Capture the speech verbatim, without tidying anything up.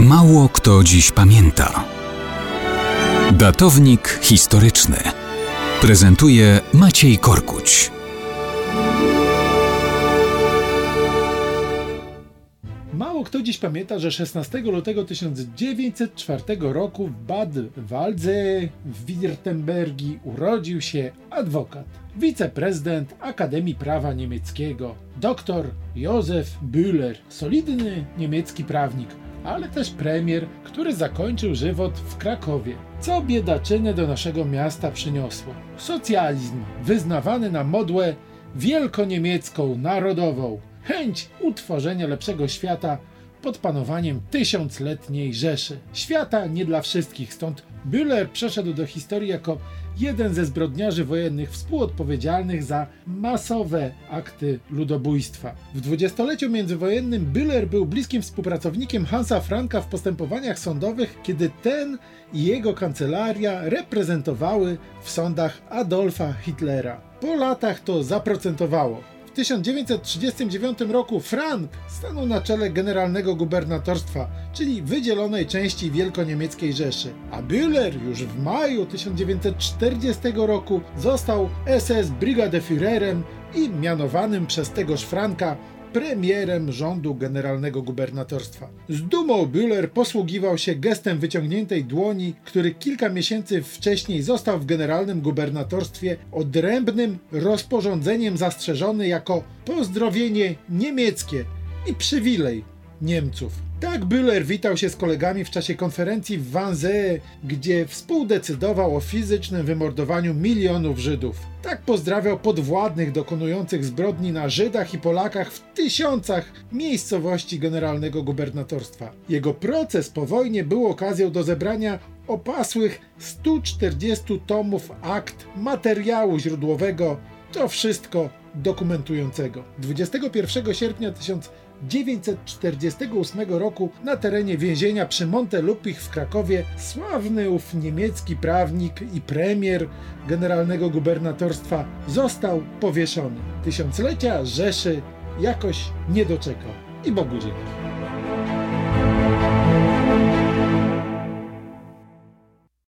Mało kto dziś pamięta. Datownik historyczny prezentuje Maciej Korkuć. Mało kto dziś pamięta, że szesnastego lutego tysiąc dziewięćset czwartego roku w Bad Waldsee w Wirtembergii urodził się adwokat, wiceprezydent Akademii Prawa Niemieckiego, dr Josef Bühler, solidny niemiecki prawnik, ale też premier, który zakończył żywot w Krakowie. Co biedaczynę do naszego miasta przyniosło? Socjalizm, wyznawany na modłę wielkoniemiecką, narodową, chęć utworzenia lepszego świata pod panowaniem tysiącletniej Rzeszy. Świata nie dla wszystkich, stąd Bühler przeszedł do historii jako jeden ze zbrodniarzy wojennych współodpowiedzialnych za masowe akty ludobójstwa. W dwudziestoleciu międzywojennym Bühler był bliskim współpracownikiem Hansa Franka w postępowaniach sądowych, kiedy ten i jego kancelaria reprezentowały w sądach Adolfa Hitlera. Po latach to zaprocentowało. W tysiąc dziewięćset trzydziestym dziewiątym roku Frank stanął na czele generalnego gubernatorstwa, czyli wydzielonej części wielkoniemieckiej Rzeszy, a Bühler już w maju tysiąc dziewięćset czterdziestego roku został S S Brigadeführerem i mianowanym przez tegoż Franka premierem rządu generalnego gubernatorstwa. Z dumą Bühler posługiwał się gestem wyciągniętej dłoni, który kilka miesięcy wcześniej został w generalnym gubernatorstwie odrębnym rozporządzeniem zastrzeżony jako pozdrowienie niemieckie i przywilej Niemców. Tak Bühler witał się z kolegami w czasie konferencji w Wannsee, gdzie współdecydował o fizycznym wymordowaniu milionów Żydów. Tak pozdrawiał podwładnych dokonujących zbrodni na Żydach i Polakach w tysiącach miejscowości generalnego gubernatorstwa. Jego proces po wojnie był okazją do zebrania opasłych stu czterdziestu tomów akt materiału źródłowego, to wszystko dokumentującego. dwudziestego pierwszego sierpnia tysiąc dziewięćset czterdziestego ósmego roku na terenie więzienia przy Montelupich w Krakowie sławny ów niemiecki prawnik i premier generalnego gubernatorstwa został powieszony. Tysiąclecia Rzeszy jakoś nie doczekał. I Bogu dzięki.